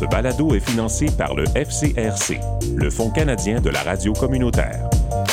Ce balado est financé par le FCRC, le Fonds canadien de la radio communautaire.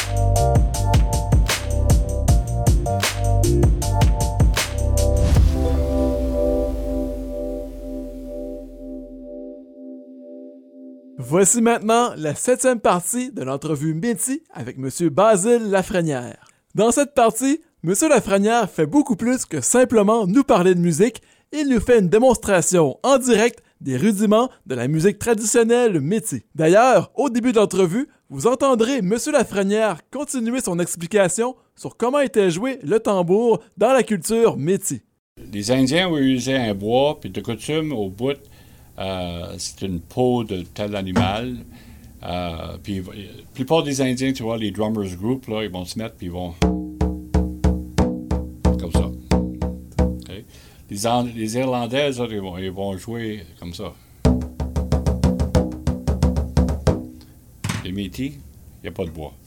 Voici maintenant la 7e partie de l'entrevue Métis avec M. Basile Lafrenière. Dans cette partie, M. Lafrenière fait beaucoup plus que simplement nous parler de musique. Il nous fait une démonstration en direct des rudiments de la musique traditionnelle métis. D'ailleurs, au début de l'entrevue, vous entendrez M. Lafrenière continuer son explication sur comment était joué le tambour dans la culture métis. Les Indiens ont usé un bois, puis de coutume, au bout, c'est une peau de tel animal. Puis la plupart des Indiens, tu vois, les drummers group, là, ils vont se mettre, puis ils vont comme ça. Okay? Les Irlandais, là, ils vont jouer comme ça. Les Métis, il n'y a pas de bois.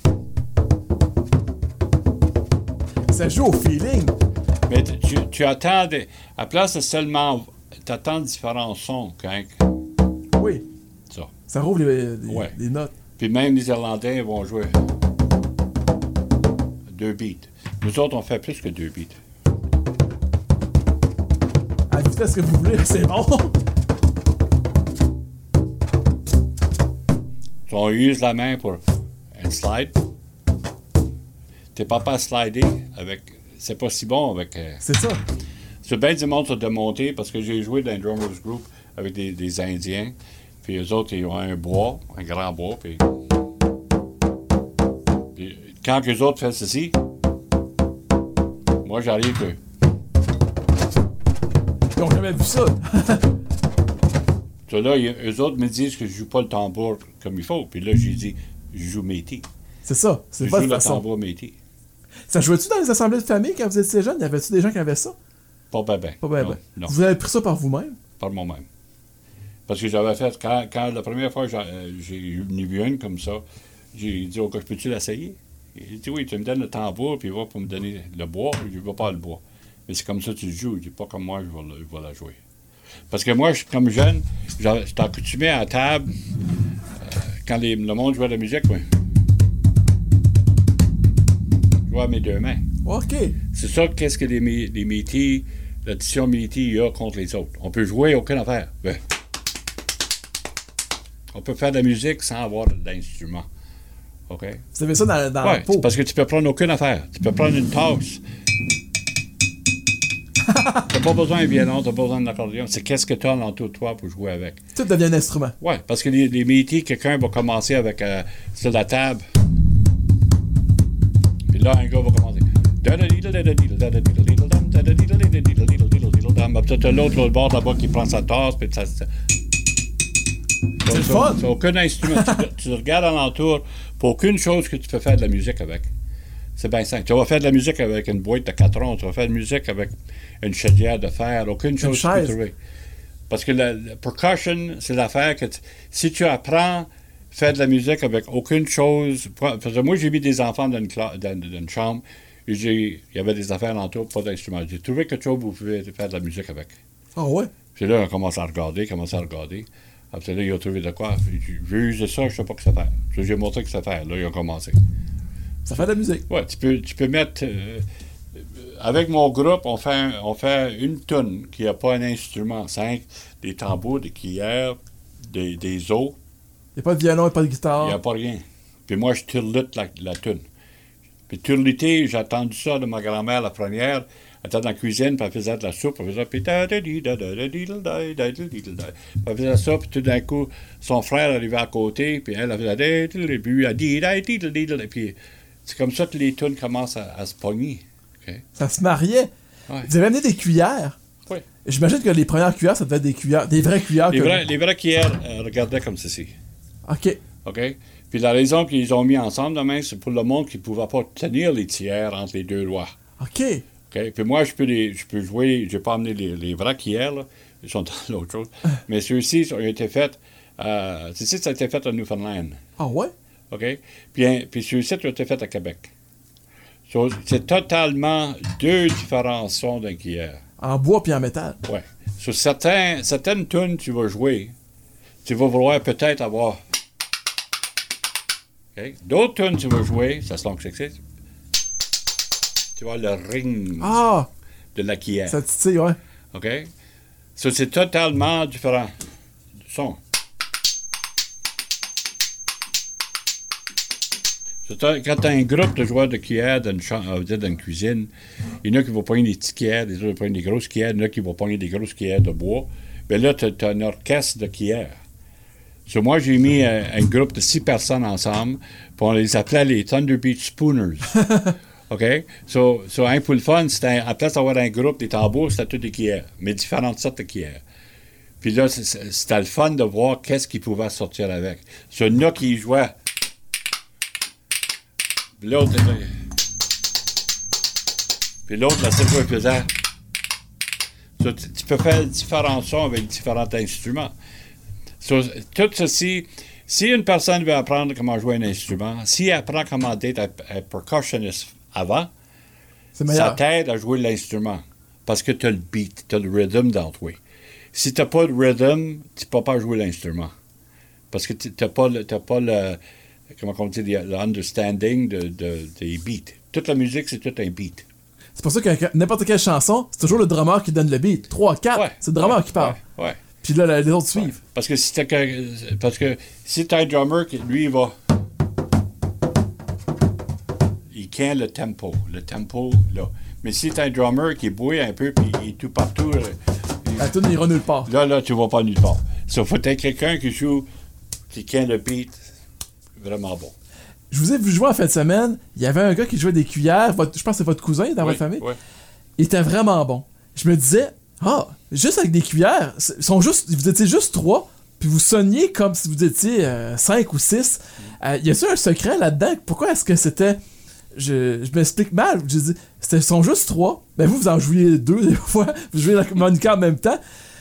Ça joue au feeling. Mais tu attends, à place de seulement, tu attends différents sons. Quand... Oui. Ça. Ça rouvre les notes. Puis même les Irlandais ils vont jouer 2 beats. Nous autres, on fait plus que 2 beats. À la vitesse que vous voulez, c'est bon. On use la main pour un slide. T'es pas slider avec... C'est pas si bon avec... C'est ça. C'est bien du monde sur de monter parce que j'ai joué dans un drummers group avec des Indiens. Puis eux autres, ils ont un bois, un grand bois. Puis quand eux autres font ceci, moi j'arrive que... Ils n'ont jamais vu ça. Là, eux autres me disent que je joue pas le tambour comme il faut. Puis là, j'ai dit, je joue métis. C'est ça. C'est je pas joue de le façon. tambour métis. Ça jouait-tu dans les assemblées de famille quand vous étiez jeune? Y avait-tu des gens qui avaient ça? Pas ben. Pas ben. Non. Vous avez pris ça par vous-même? Par moi-même. Parce que j'avais fait, quand la première fois j'ai vu une comme ça, j'ai dit, OK, peux-tu l'essayer? Il dit, oui, tu me donnes le tambour, puis il va pour me donner le bois, je ne veux pas le bois. Mais c'est comme ça que tu le joues, je dis pas comme moi, je vais la jouer. Parce que moi, comme jeune, j'étais accoutumé à la table, quand le monde jouait de la musique, oui. Je jouais à mes 2 mains. OK. C'est ça qu'est-ce que les Métis, l'addition Métis, il y a contre les autres. On peut jouer aucune affaire. Ben, on peut faire de la musique sans avoir d'instrument. OK? Vous avez ça dans la peau. Parce que tu peux prendre aucune affaire. Tu peux prendre une tasse. Tu n'as pas besoin d'un violon, tu n'as pas besoin d'un accordéon. C'est qu'est-ce que tu as dans tout toi pour jouer avec. Tout devient un instrument. Oui, parce que les Métis, quelqu'un va commencer avec sur la table. Puis là, un gars va commencer. Puis tu as l'autre bord là-bas qui prend sa tasse. Puis ça, c'est le fun. C'est aucun instrument. tu regardes alentour pour aucune chose que tu peux faire de la musique avec. C'est bien simple. Tu vas faire de la musique avec une boîte de 4 ronds. Tu vas faire de la musique avec une chaudière de fer. Aucune chose que tu peux trouver. Parce que la percussion, c'est l'affaire que si tu apprends à faire de la musique avec aucune chose... Parce que moi, j'ai mis des enfants dans une chambre. Et il y avait des affaires alentour, pas d'instruments. J'ai trouvé quelque chose où vous pouvez faire de la musique avec. Ah ouais? Puis là, on commence à regarder. Après là, ils ont trouvé de quoi. J'ai usé ça, je ne sais pas que ça fait. J'ai montré que ça fait. Là, ils ont commencé. Ça fait de la musique. Oui, tu peux mettre... avec mon groupe, on fait une toune qui n'a pas un instrument. 5, des tambours, des cuillères, des os. Il n'y a pas de violon, il n'y a pas de guitare. Il n'y a pas rien. Puis moi, je turlute la toune. Puis turluter, j'ai entendu ça de ma grand-mère, la première. Elle était dans la cuisine, puis elle faisait de la soupe, elle faisait... Puis elle faisait ça, puis tout d'un coup, son frère arrivait à côté, puis elle faisait... Puis c'est comme ça que les tunes commencent à se pogner. Okay? Ça se mariait. Ouais. Vous avez amené des cuillères. Oui. J'imagine que les premières cuillères, ça devait être des cuillères, des vraies cuillères. Les vraies cuillères regardaient comme ceci. OK. OK? Puis la raison qu'ils ont mis ensemble demain, c'est pour le monde qui ne pouvait pas tenir les tiers entre les deux doigts. OK. OK? Puis moi, je peux jouer, je n'ai pas amené les vrais cuillères, là. Ils sont dans l'autre chose. Mais ceux-ci ont été faits, ça a été fait à Newfoundland. Ah ouais? OK? Puis ceux-ci ont été faits à Québec. So, c'est totalement 2 différents sons d'un cuillère. En bois puis en métal. Oui. Sur certaines tunes, tu vas jouer. tu vas vouloir peut-être avoir... Okay. D'autres tunes tu vas jouer, ça sonne que c'est. Tu vois le ring de la cuillère. Ça titille, ouais. OK? Ça, c'est totalement différent du son. Quand tu as un groupe de joueurs de cuillère dans une cuisine, il y en a qui vont pogner des petites cuillères, des autres vont pogner des grosses cuillères, il y en a qui vont pogner des grosses cuillères de bois. Mais là, tu as un orchestre de cuillères. So, moi, j'ai mis un groupe de 6 personnes ensemble, puis on les appelait les Thunder Beach Spooners. OK? So, pour le fun, à place d'avoir un groupe des tambours, c'était toutes des cuillères, mais différentes sortes de cuillères. Puis là, c'était le fun de voir qu'est-ce qu'ils pouvaient sortir avec. So, il y en a qui jouaient. Puis l'autre, la seule fois, il faisait. So, tu peux faire différents sons avec différents instruments. So, tout ceci, si une personne veut apprendre comment jouer un instrument, si elle apprend comment être un percussionniste avant, ça t'aide à jouer l'instrument. Parce que tu as le beat, tu as le rhythm dans toi. Si tu n'as pas de rhythm, tu ne peux pas jouer l'instrument. Parce que tu n'as pas le comment on dit, l'understanding des beats. Toute la musique, c'est tout un beat. C'est pour ça que n'importe quelle chanson, c'est toujours le drummer qui donne le beat. 3, 4, c'est le drummer qui parle. Ouais. Puis là, les autres suivent. Parce que si t'as un drummer qui, lui, il va... Il tient le tempo là. Mais si t'as un drummer qui bouille un peu, puis il est tout partout... La tune n'ira nulle part. Là, tu vas pas nulle part. Il faut être quelqu'un qui joue, qui tient le beat vraiment bon. Je vous ai vu jouer en fin de semaine, il y avait un gars qui jouait des cuillères, je pense que c'est votre cousin dans votre famille. Oui. Il était vraiment bon. Je me disais, juste avec des cuillères, vous étiez juste 3, puis vous sonniez comme si vous étiez 5 ou 6. Y a-t-il un secret là-dedans? Pourquoi est-ce que c'était... Je m'explique mal. Je dis, ils sont juste 3. Ben vous en jouiez 2 des fois. Vous jouez la harmonica en même temps.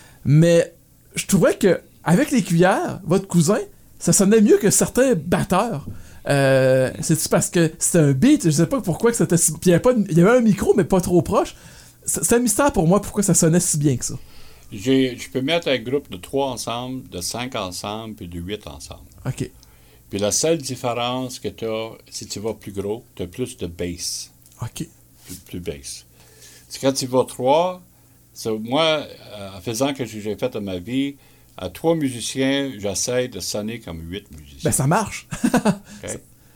Mais je trouvais que avec les cuillères, votre cousin, ça sonnait mieux que certains batteurs. C'est-tu parce que c'était un beat? Je sais pas pourquoi que c'était... Puis il y avait un micro, mais pas trop proche. C'est un mystère pour moi pourquoi ça sonnait si bien que ça. Je peux mettre un groupe de 3 ensemble, de 5 ensemble, puis de 8 ensemble. OK. Puis la seule différence que tu as, si tu vas plus gros, tu as plus de bass. OK. Plus bass. C'est quand tu vas 3, moi, en faisant ce que j'ai fait dans ma vie, à 3 musiciens, j'essaie de sonner comme 8 musiciens. Ben ça marche. Okay?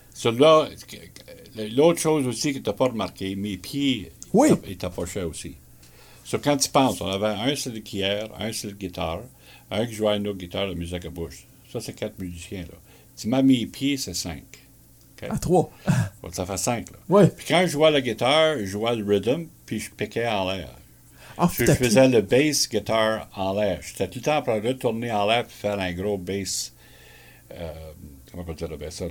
Là, l'autre chose aussi que tu n'as pas remarqué, mes pieds, ils t'approchaient aussi. Quand tu penses, on avait un sur le cuillère, un sur le guitare, un qui jouait une autre guitare de musique à bouche. Ça, c'est 4 musiciens, là. Tu m'as mis les pieds, c'est 5. Okay? À 3. Ça fait 5, là. Ouais. Puis quand je jouais la guitare, je jouais le rhythm, puis je piquais en l'air. Je faisais le bass guitare en l'air. J'étais tout le temps en train de retourner en l'air puis faire un gros bass. Comment on dirait ça?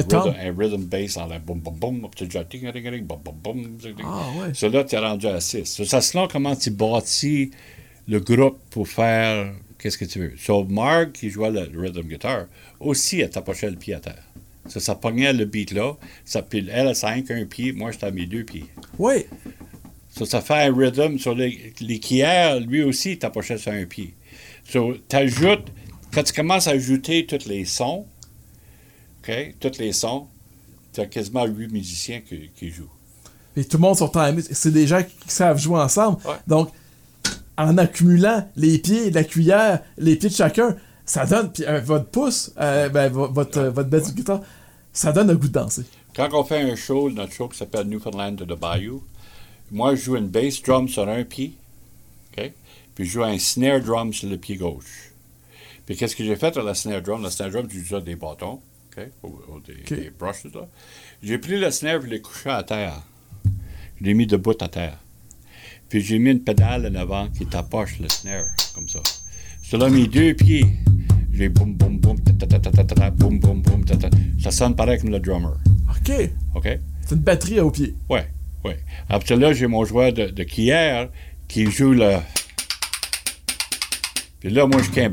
Un rhythm bass en l'air. Boum, boum, boum. Puis tu dis, boum, boum, boum. Ouais. Là, tu es rendu à 6. Ça, c'est là comment tu bâtis le groupe pour faire qu'est-ce que tu veux. Marg, qui jouait le rhythm guitar, aussi, elle t'approchait le pied à terre. Ça pognait le beat là. Puis elle a 5, un pied. Moi, j'étais à mes 2 pieds. Oui. Ça fait un rhythm sur les cuillères, lui aussi, il t'approchait sur un pied. T'ajoutes, quand tu commences à ajouter tous les sons, OK, tous les sons, tu as quasiment 8 musiciens qui jouent. Et tout le monde sur timé. C'est des gens qui savent jouer ensemble. Ouais. Donc, en accumulant les pieds, la cuillère, les pieds de chacun, ça donne, puis votre pouce, votre bête de guitare, ça donne un goût de danser. Quand on fait un show, notre show qui s'appelle Newfoundland to the Bayou, moi, je joue une bass drum sur un pied, OK? Puis je joue un snare drum sur le pied gauche. Puis qu'est-ce que j'ai fait avec la snare drum? La snare drum, j'utilise des bâtons, OK? Des brushes, là. J'ai pris le snare et je l'ai couché à terre. Je l'ai mis debout à terre. Puis j'ai mis une pédale en avant qui tapoche le snare, comme ça. Sur là, mes 2 pieds, j'ai boum, boum, boum, ta-ta-ta-ta-ta, boum, boum, boum, ta-ta. Ça sonne pareil comme le drummer. OK. OK? C'est une batterie au pied. Ouais. Oui. Après là, j'ai mon joueur de cuillère qui joue le... Puis là, moi, je tiens...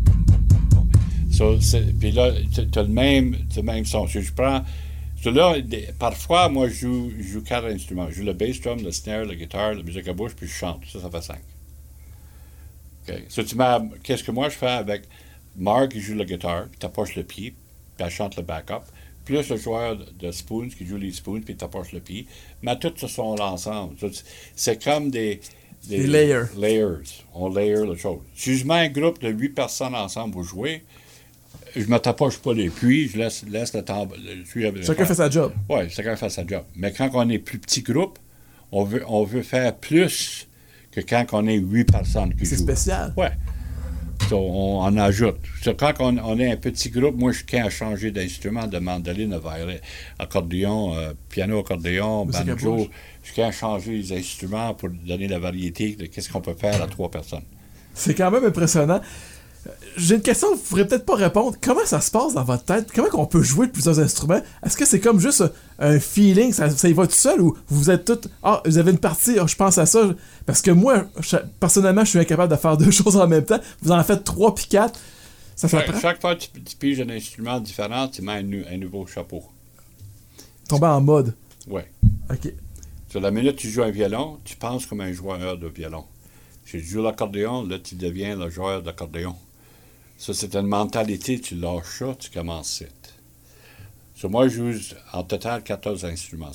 Puis là, tu as le même son. Je prends... Là, parfois, moi, je joue 4 instruments. Je joue le bass drum, le snare, la guitare, la musique à bouche, puis je chante. Ça fait 5. OK. Qu'est-ce que moi, je fais avec Mark qui joue la guitare, puis t'approches le pied, puis elle chante le backup. Plus le joueur de spoons qui joue les spoons, puis t'approches le pied. Mais tout ce sont là ensemble. C'est comme des layers. On layer la chose. Si je mets un groupe de 8 personnes ensemble pour jouer, je ne me tapoche pas les puits, je laisse le temps. Chacun fait sa job. Oui, chacun fait sa job. Mais quand on est plus petit groupe, on veut faire plus que quand on est 8 personnes qui jouent. C'est spécial. Oui. On en ajoute. Quand on est un petit groupe, moi, je tiens à changer d'instrument, de mandoline, accordéon, piano, accordéon, banjo. Je tiens à changer les instruments pour donner la variété de qu'est-ce qu'on peut faire à 3 personnes. C'est quand même impressionnant. J'ai une question, vous ne pourrez peut-être pas répondre. Comment ça se passe dans votre tête? Comment on peut jouer de plusieurs instruments? Est-ce que c'est comme juste un feeling, ça y va tout seul, ou vous êtes tous... vous avez une partie, je pense à ça. Parce que moi, personnellement, je suis incapable de faire 2 choses en même temps. Vous en faites 3 puis 4. Ça s'apprend. Chaque fois que tu piges un instrument différent, tu mets un nouveau chapeau. Tomber en mode. Oui. OK. Sur la minute que tu joues un violon, tu penses comme un joueur de violon. Si tu joues l'accordéon, là, tu deviens le joueur d'accordéon. Ça, c'est une mentalité, tu lâches ça, tu commences site. Moi, je joue en total 14 instruments.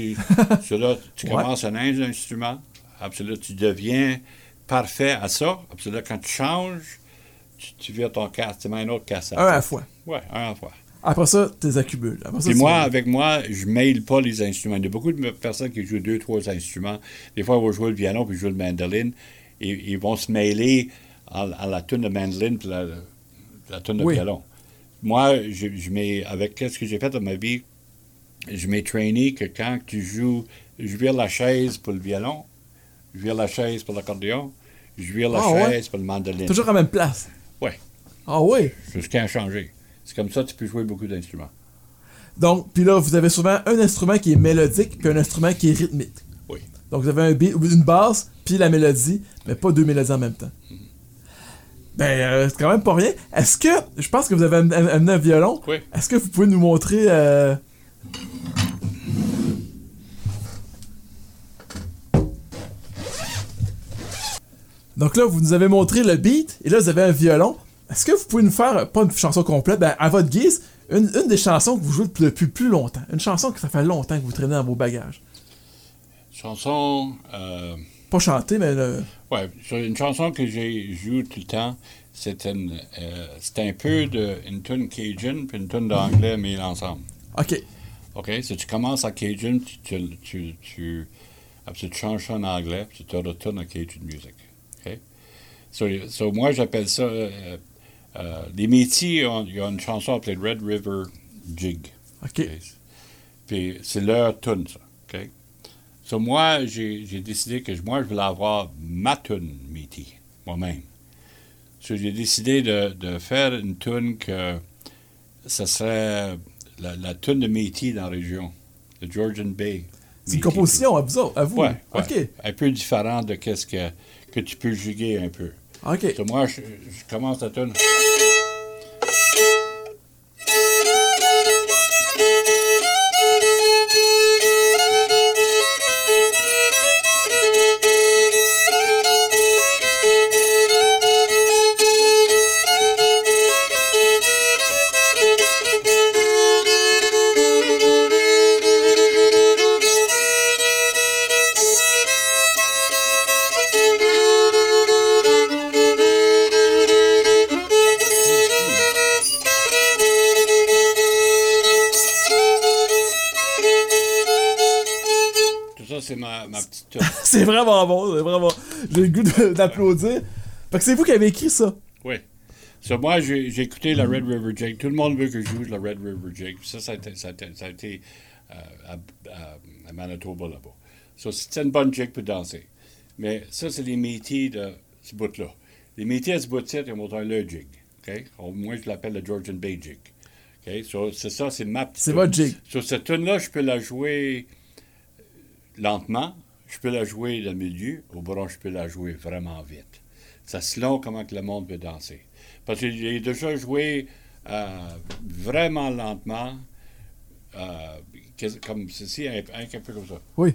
Là, tu commences un instrument, après là, tu deviens parfait à ça. Après là, quand tu changes, tu vires ton casque, tu mets un autre casque. Un à la fois. Oui, un à la fois. Après ça, tu les accumules. Et moi, avec moi, je ne mêle pas les instruments. Il y a beaucoup de personnes qui jouent 2-3 instruments. Des fois, ils vont jouer le violon puis jouer le mandoline. Et ils vont se mêler à la tune de mandoline puis la tune de violon. Moi, je mets, avec ce que j'ai fait dans ma vie, je m'ai traîné que quand tu joues, je vire la chaise pour le violon, je vire la chaise pour l'accordéon, je vire la chaise pour le mandoline. Toujours à la même place? Oui. Ah oui? Jusqu'à en changer. C'est comme ça que tu peux jouer beaucoup d'instruments. Donc, puis là, vous avez souvent un instrument qui est mélodique puis un instrument qui est rythmique. Oui. Donc, vous avez une basse puis la mélodie, mais pas 2 mélodies en même temps. Ben, c'est quand même pas rien. Est-ce que, je pense que vous avez amené un violon. Oui. Est-ce que vous pouvez nous montrer... Donc là, vous nous avez montré le beat, et là, vous avez un violon. Est-ce que vous pouvez nous faire, pas une chanson complète, ben, à votre guise, une des chansons que vous jouez depuis plus longtemps? Une chanson que ça fait longtemps que vous traînez dans vos bagages. Chanson... Pas chanter, mais... Oui, une chanson que j'ai jouée tout le temps, c'est un peu une tune Cajun puis une tune d'anglais mis ensemble. OK. OK? Si tu commences en Cajun, tu changes ça en anglais, puis tu te retournes en Cajun music. OK? So moi, j'appelle ça... les Métis, il y a une chanson appelée Red River Jig. OK. Puis c'est leur tune, ça. OK? Moi, j'ai décidé que je voulais avoir ma tune Métis, moi-même. J'ai décidé de faire une tune que ce serait la tune de Métis dans la région, de Georgian Bay. C'est une composition à vous? Oui, OK. Un peu différent de qu'est-ce que tu peux juguer un peu. OK. Moi, je commence la tune. C'est ma petite tune. C'est vraiment bon, c'est vraiment... J'ai le goût d'applaudir. Fait que c'est vous qui avez écrit ça? Oui. Moi, j'ai écouté la Red River Jig. Tout le monde veut que je joue la Red River Jig. Ça a été à Manitoba, là-bas. C'était une bonne jig pour danser. Mais ça, c'est les métiers de ce bout-là. Les métiers à ce bout-ci, ils ont leur jig. Okay? Moi, je l'appelle le Georgian Bay Jig. Okay? C'est ça, c'est ma petite C'est votre jig. Cette tune-là, je peux la jouer... lentement, je peux la jouer dans le milieu, au bras, je peux la jouer vraiment vite. C'est selon comment que le monde peut danser. Parce que j'ai déjà joué vraiment lentement, comme ceci, un peu comme ça. Oui.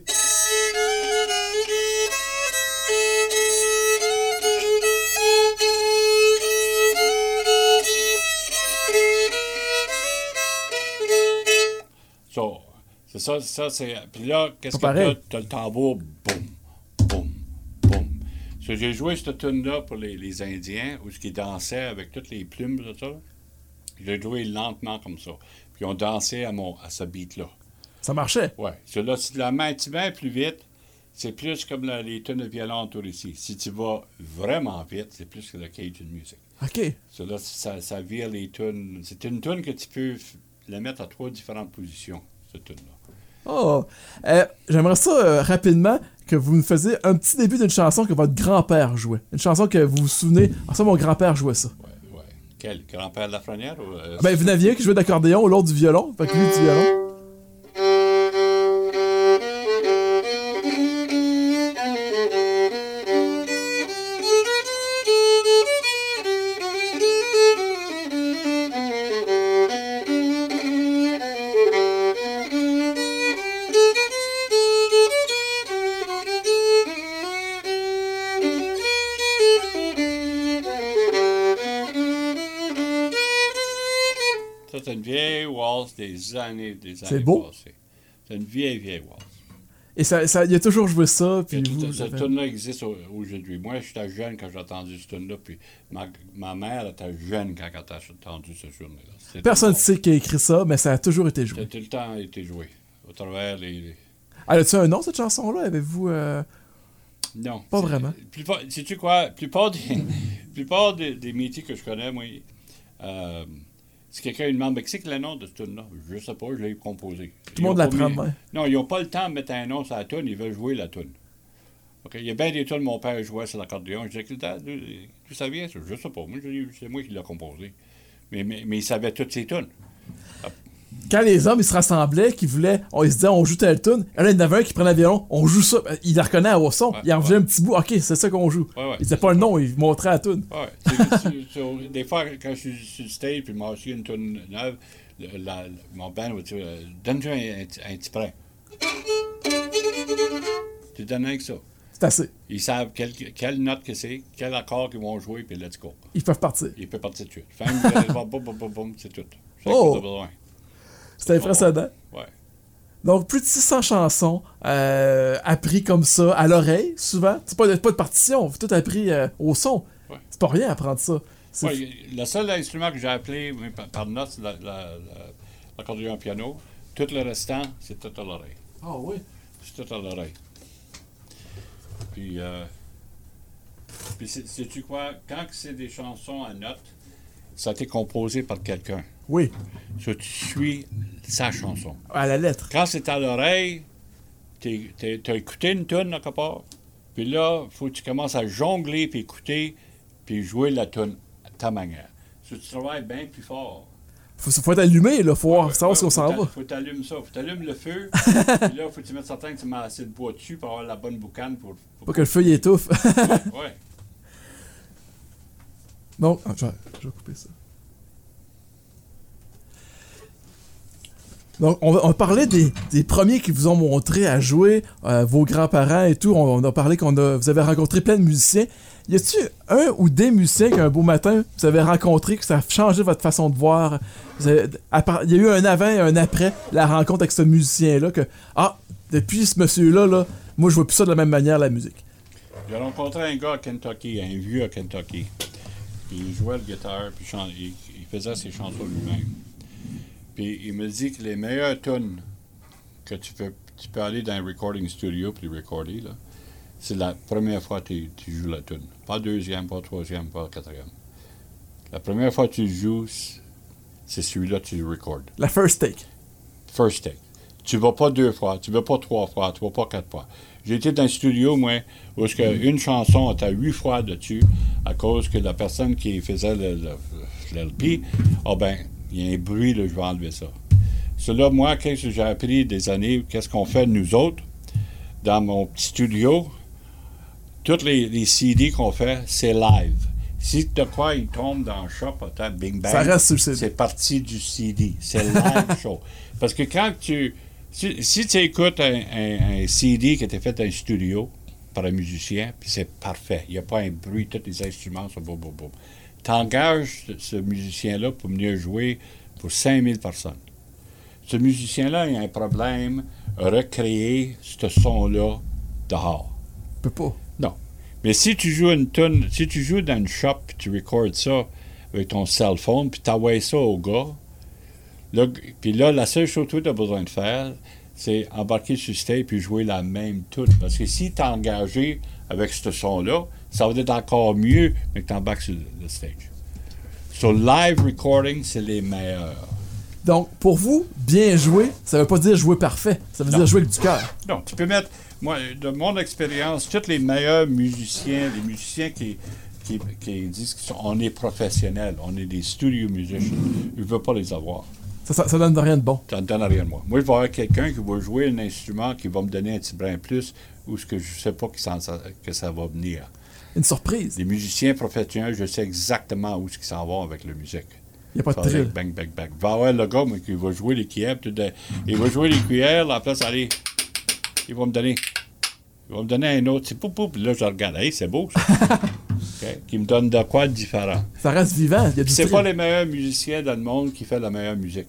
c'est... Puis là, qu'est-ce que pareil. t'as le tambour, boum, boum, boum. So, j'ai joué cette tune-là pour les Indiens, où ils dansaient avec toutes les plumes, tout ça. J'ai joué lentement comme ça. Puis on dansait à ce beat-là. Ça marchait. Oui. Là, si tu la mets un petit peu plus vite, c'est plus comme les tunes de violon autour ici. Si tu vas vraiment vite, c'est plus que le Cajun music. OK. Là, ça vire les tunes. C'est une tune que tu peux la mettre à 3 différentes positions, cette tune-là. Oh! J'aimerais ça rapidement que vous nous faisiez un petit début d'une chanson que votre grand-père jouait. Une chanson que vous vous souvenez. Ah, ça, mon grand-père jouait ça. Oui. Quel? Grand-père Lafrenière? Ou, Ben, vous n'aviez un qui jouait d'accordéon, l'autre du violon. Fait que lui, du violon. Ça, c'est une vieille waltz des années C'est beau. passées. C'est une vieille waltz. Et il a toujours joué ça. Puis Cette tune-là existe aujourd'hui. Moi, j'étais jeune quand j'ai entendu cette tune-là, puis ma mère était jeune quand elle a entendu cette journée-là. Personne ne sait qui a écrit ça, mais ça a toujours été joué. Ça a tout le temps été joué. Au travers les... Elle a-tu un nom, cette chanson-là? Avez-vous... Non. Pas vraiment. Sais-tu quoi? La plupart des métiers que je connais, moi, si quelqu'un lui demande, c'est que le nom de cette tune-là? Je sais pas, je l'ai composé. Tout le monde l'apprend. Non, ils n'ont pas le temps de mettre un nom sur la tune, ils veulent jouer la tune. Okay? Il y a bien des tunes, mon père jouait sur l'accordéon. Je disais, d'où ça vient, ça? Je sais pas. Moi, c'est moi qui l'ai composé. Mais il savait toutes ses tunes. Quand les hommes ils se rassemblaient, ils se disaient on joue telle tune, et là il y en avait un qui prenait l'avion, on joue ça, il la reconnaît au son, il en faisait un petit bout, ok c'est ça qu'on joue. Il disait pas le nom, il montrait la tune. Des fois quand je suis sur le stage puis moi aussi une tune neuve, mon band va dire donne-moi un petit prêt. Tu donnes avec ça. C'est assez. Ils savent quelle note que c'est, quel accord qu'ils vont jouer, puis let's go. Ils peuvent partir. Ils peuvent partir tout de suite. C'est tout. C'est impressionnant. Ouais. Donc, plus de 600 chansons appris comme ça, à l'oreille, souvent. C'est pas de partition, tout appris au son. Ouais. C'est pas rien apprendre ça. Ouais, le seul instrument que j'ai appelé par note, c'est l'accordéon piano. Tout le restant, c'est tout à l'oreille. Ah oui? C'est tout à l'oreille. Puis sais-tu quoi? Quand c'est des chansons à notes, ça a été composé par quelqu'un. Oui. Tu suis sa chanson. À la lettre. Quand c'est à l'oreille, t'as écouté une tune quelque part, puis là, il faut que tu commences à jongler, puis écouter, puis jouer la tune à ta manière. Tu travailles bien plus fort. Faut être allumé, là, faut savoir ce qu'on s'en va. Faut t'allumer ça, faut t'allumer le feu, puis là, faut que tu mettes certain que tu mets assez de bois dessus pour avoir la bonne boucane pour pas que le feu y étouffe. Ouais. Donc, je vais couper ça. Donc, on parlait des premiers qui vous ont montré à jouer, vos grands-parents et tout. On a parlé vous avez rencontré plein de musiciens. Y a-tu un ou des musiciens qu'un beau matin, vous avez rencontré, que ça a changé votre façon de voir? Il y a eu un avant et un après la rencontre avec ce musicien-là que, depuis ce monsieur-là, là, moi, je vois plus ça de la même manière, la musique. J'ai rencontré un gars à Kentucky, un vieux à Kentucky. Il jouait le guitare, puis il faisait ses chansons lui-même. Puis il me dit que les meilleures tunes que tu peux aller dans un recording studio puis recorder, là, c'est la première fois que tu joues la tune. Pas deuxième, pas troisième, pas quatrième. La première fois que tu joues, c'est celui-là que tu recordes. La first take. First take. Tu vas pas 2 fois, tu vas pas 3 fois, tu vas pas 4 fois. J'ai été dans un studio, moi, où une chanson était 8 fois dessus à cause que la personne qui faisait l'LP, il y a un bruit, là, je vais enlever ça. Cela, moi, qu'est-ce que j'ai appris des années, qu'est-ce qu'on fait nous autres, dans mon petit studio, tous les CD qu'on fait, c'est live. Si de quoi il tombe dans le shop, bing bang, ça reste sur le CD. C'est parti du CD. C'est live show. Parce que quand si tu écoutes un CD qui a été fait dans un studio par un musicien, puis c'est parfait, il n'y a pas un bruit, tous les instruments sont boum, boum, boum. Tu engages ce musicien-là pour venir jouer pour 5000 personnes. ce musicien-là, il a un problème à recréer ce son-là dehors. Il peut pas. Non. Mais si tu joues une tune, si tu joues dans une shop, puis tu recordes ça avec ton cell phone, puis tu envoies ça au gars, là, puis là, la seule chose que tu as besoin de faire, c'est embarquer sur le stage puis jouer la même tune. Parce que si tu es engagé avec ce son-là, ça va être encore mieux mais que tu embarques sur le stage. So, live recording, c'est les meilleurs. Donc, pour vous, bien jouer, ça veut pas dire jouer parfait. Ça veut dire jouer avec du cœur. Non, tu peux mettre... Moi, de mon expérience, tous les meilleurs musiciens, les musiciens qui disent qu'on est professionnels, on est des studio musicians, je ne veux pas les avoir. Ça donne rien de bon. Ça ne donne rien de moi. Moi, je vais avoir quelqu'un qui va jouer un instrument qui va me donner un petit brin plus ou ce que je ne sais pas que ça va venir. Une surprise. Les musiciens professionnels, je sais exactement où ils s'en vont avec la musique. Il n'y a pas de thrill. Bang, bang, bang. Il va y avoir le gars qui va jouer les cuillères. Il va jouer les cuillères, la place, allez, il va me donner un autre. C'est pou, puis là, je regarde. Hey, c'est beau, ça. Okay. Qui me donne de quoi de différent. Ça reste vivant. Il y a du c'est thrill. Pas les meilleurs musiciens dans le monde qui font la meilleure musique.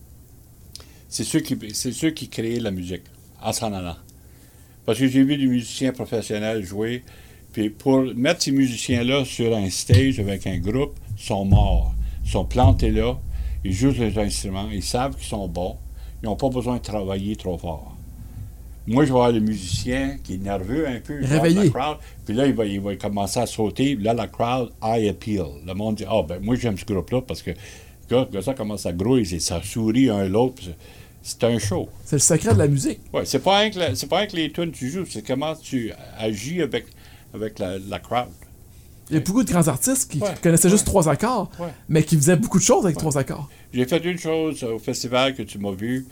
C'est ceux qui créent la musique, en s'en allant. Parce que j'ai vu des musiciens professionnels jouer, puis pour mettre ces musiciens-là sur un stage avec un groupe, ils sont morts. Ils sont plantés là, ils jouent les instruments, ils savent qu'ils sont bons, ils n'ont pas besoin de travailler trop fort. Moi, je vais voir le musicien qui est nerveux un peu, réveillé. La crowd, puis là, il va commencer à sauter, là, la crowd, I appeal. Le monde dit, moi, j'aime ce groupe-là, parce que quand ça commence à grouiller, ça sourit un l'autre, c'est un show. C'est le secret de la musique. Oui, c'est pas rien que les tunes que tu joues, c'est comment tu agis avec la crowd. Il y a beaucoup de grands artistes qui connaissaient juste 3 accords, mais qui faisaient beaucoup de choses avec 3 accords. J'ai fait une chose au festival que tu m'as vu.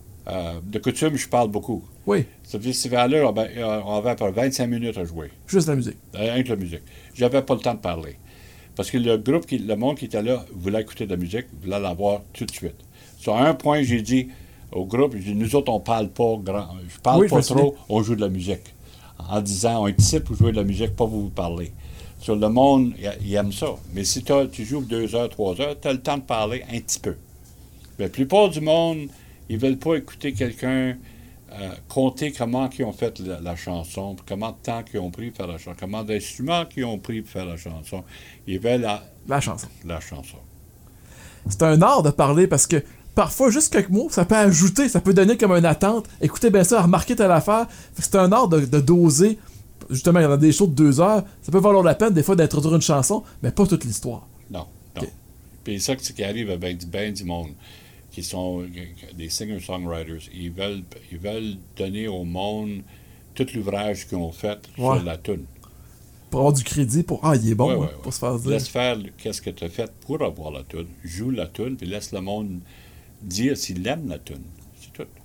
De coutume, je parle beaucoup. Oui. Ce festival-là, on avait à peu près 25 minutes à jouer. Juste la musique. Rien que la musique. J'avais pas le temps de parler. Parce que le monde qui était là voulait écouter de la musique, voulait l'avoir tout de suite. Sur un point, j'ai dit au groupe, nous autres, on parle pas grand. Je parle pas trop, on joue de la musique. En disant, on est ici pour jouer de la musique, pas pour vous parler. Sur le monde, il aime ça. Mais si tu joues 2 heures, 3 heures, tu as le temps de parler un petit peu. La plupart du monde, ils veulent pas écouter quelqu'un compter comment ils ont fait la chanson, comment de temps qu'ils ont pris pour faire la chanson, comment d'instruments qu'ils ont pris pour faire la chanson. Ils veulent la chanson. La chanson. C'est un art de parler parce que parfois, juste quelques mots, ça peut ajouter, ça peut donner comme une attente. Écoutez bien ça, remarquez telle affaire. C'est un art de doser. Justement, il y en a des shows de 2 heures. Ça peut valoir la peine, des fois, d'introduire une chanson, mais pas toute l'histoire. Non. Okay. Puis c'est ça qui arrive avec du monde, qui sont des singer-songwriters. Ils veulent donner au monde tout l'ouvrage qu'ils ont fait sur la tune. Pour avoir du crédit, il est bon, pour se faire dire. Laisse faire qu'est-ce que tu as fait pour avoir la tune. Joue la tune, puis laisse le monde dire s'il aime la tune. C'est tout.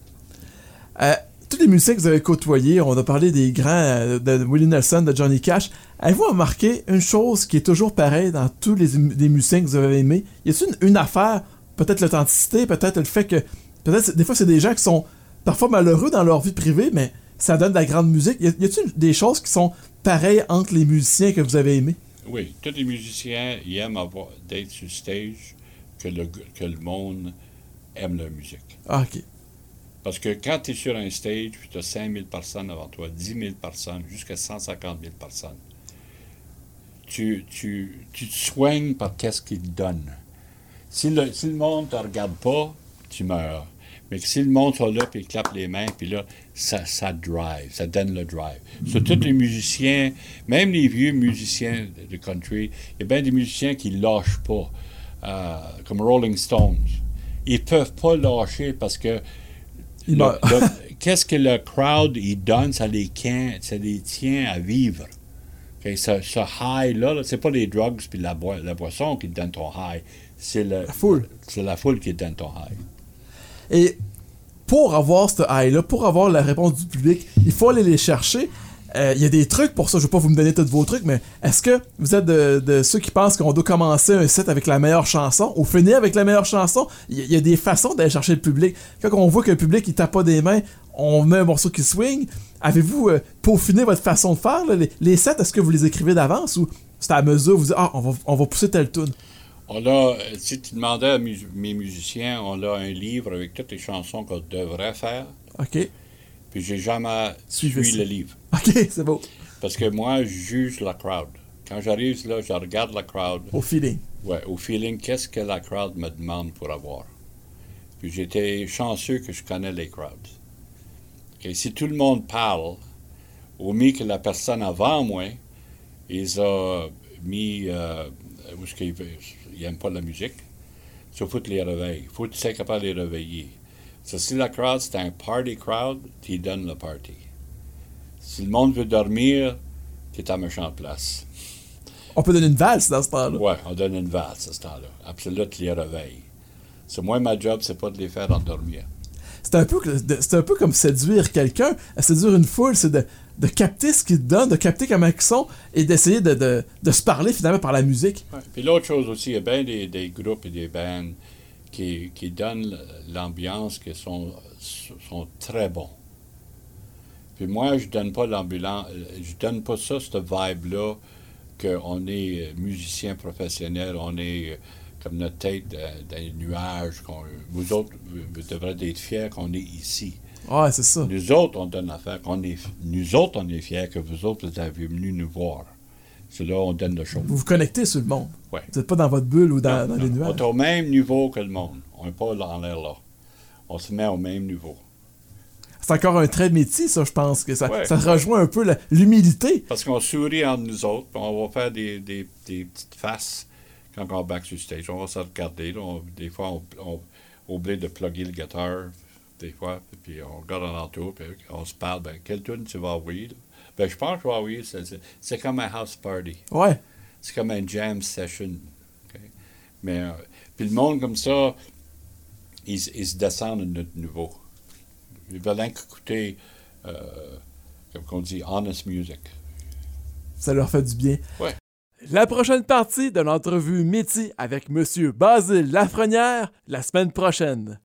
Tous les musiciens que vous avez côtoyés, on a parlé des grands, de Willie Nelson, de Johnny Cash. Avez-vous remarqué une chose qui est toujours pareille dans tous les musiciens que vous avez aimés? Y a-t-il une affaire, peut-être l'authenticité, peut-être le fait que... Peut-être des fois, c'est des gens qui sont parfois malheureux dans leur vie privée, mais ça donne de la grande musique. Y a-t-il des choses qui sont pareilles entre les musiciens que vous avez aimés? Oui, tous les musiciens, ils aiment d'être sur stage, que le monde aime leur musique. Ah, OK. Parce que quand tu es sur un stage, puis tu as 5 000 personnes avant toi, 10 000 personnes, jusqu'à 150 000 personnes, tu te soignes par qu'est-ce qu'ils te donnent. Si le monde ne te regarde pas, tu meurs. Mais si le monde sont là, puis ils clappent les mains, puis là, ça drive, ça donne le drive. Sur tous les musiciens, même les vieux musiciens de country, il y a bien des musiciens qui ne lâchent pas, comme Rolling Stones. Ils ne peuvent pas lâcher parce que qu'est-ce que le crowd il donne, ça les tient à vivre. Okay? Ce high-là, c'est pas les drugs puis la boisson qui te donne ton high, c'est la foule. C'est la foule qui te donne ton high. Et pour avoir ce high-là, pour avoir la réponse du public, il faut aller les chercher. Il y a des trucs pour ça, je ne vais pas vous me donner tous vos trucs, mais est-ce que vous êtes de ceux qui pensent qu'on doit commencer un set avec la meilleure chanson ou finir avec la meilleure chanson? Il y a des façons d'aller chercher le public. Quand on voit que le public il tape pas des mains, on met un morceau qui swing. Avez-vous peaufiné votre façon de faire? Les sets, est-ce que vous les écrivez d'avance ou c'est à mesure, vous dites on va pousser telle tune? Si tu demandais à mes musiciens, on a un livre avec toutes les chansons qu'on devrait faire. OK. Puis j'ai jamais Suivi le livre. OK, c'est beau. Parce que moi, je juge la crowd. Quand j'arrive là, je regarde la crowd. Au feeling. Ouais, au feeling, qu'est-ce que la crowd me demande pour avoir. Puis j'étais chanceux que je connais les crowds. Okay? Si tout le monde parle, au mieux que la personne avant moi, ils ont mis où est-ce qu'ils n'aiment pas la musique. Il faut que tu les réveilles. Il faut que tu sois capable de les réveiller. So, si la crowd, c'est un party crowd, tu lui donnes le party. Si le monde veut dormir, tu es à méchante place. On peut donner une valse dans ce temps-là. Oui, on donne une valse à ce temps-là. Absolument, tu les réveilles. So, moi, ma job, c'est pas de les faire endormir. C'est un peu comme séduire quelqu'un. Séduire une foule, c'est de capter ce qu'ils te donnent, de capter comment ils sont et d'essayer de se parler finalement par la musique. Ouais. Puis l'autre chose aussi, il y a bien des groupes et des bands qui donnent l'ambiance qui sont très bons. Puis moi, je donne pas je donne pas ça, cette vibe-là, qu'on est musicien professionnel, on est comme notre tête dans les nuages. Vous autres, vous devrez être fiers qu'on est ici. Ouais, c'est ça. Nous autres, on donne l'affaire. Nous autres, on est fiers que vous autres, vous avez venu nous voir. C'est là on donne le show. Vous vous connectez sur le monde. Ouais. Vous n'êtes pas dans votre bulle ou dans les nuages. On est au même niveau que le monde. On n'est pas dans l'air là. On se met au même niveau. C'est encore un trait de métier, ça, je pense. Que ça rejoint un peu l'humilité. Parce qu'on sourit entre nous autres, puis on va faire des petites faces quand on back sur stage. On va se regarder. Là, des fois, on oublie de plugger le guitare. Des fois, puis on regarde alentour, puis on se parle. Ben, quelle tune tu vas envoyer? Ben, je pense que je vais envoyer. C'est comme un house party. Ouais. C'est comme un jam session. Okay? Mais, puis le monde comme ça, ils se descendent à notre niveau. Ils veulent écouter, comme on dit, honest music. Ça leur fait du bien. Ouais. La prochaine partie de l'entrevue métier avec M. Basile Lafrenière, la semaine prochaine.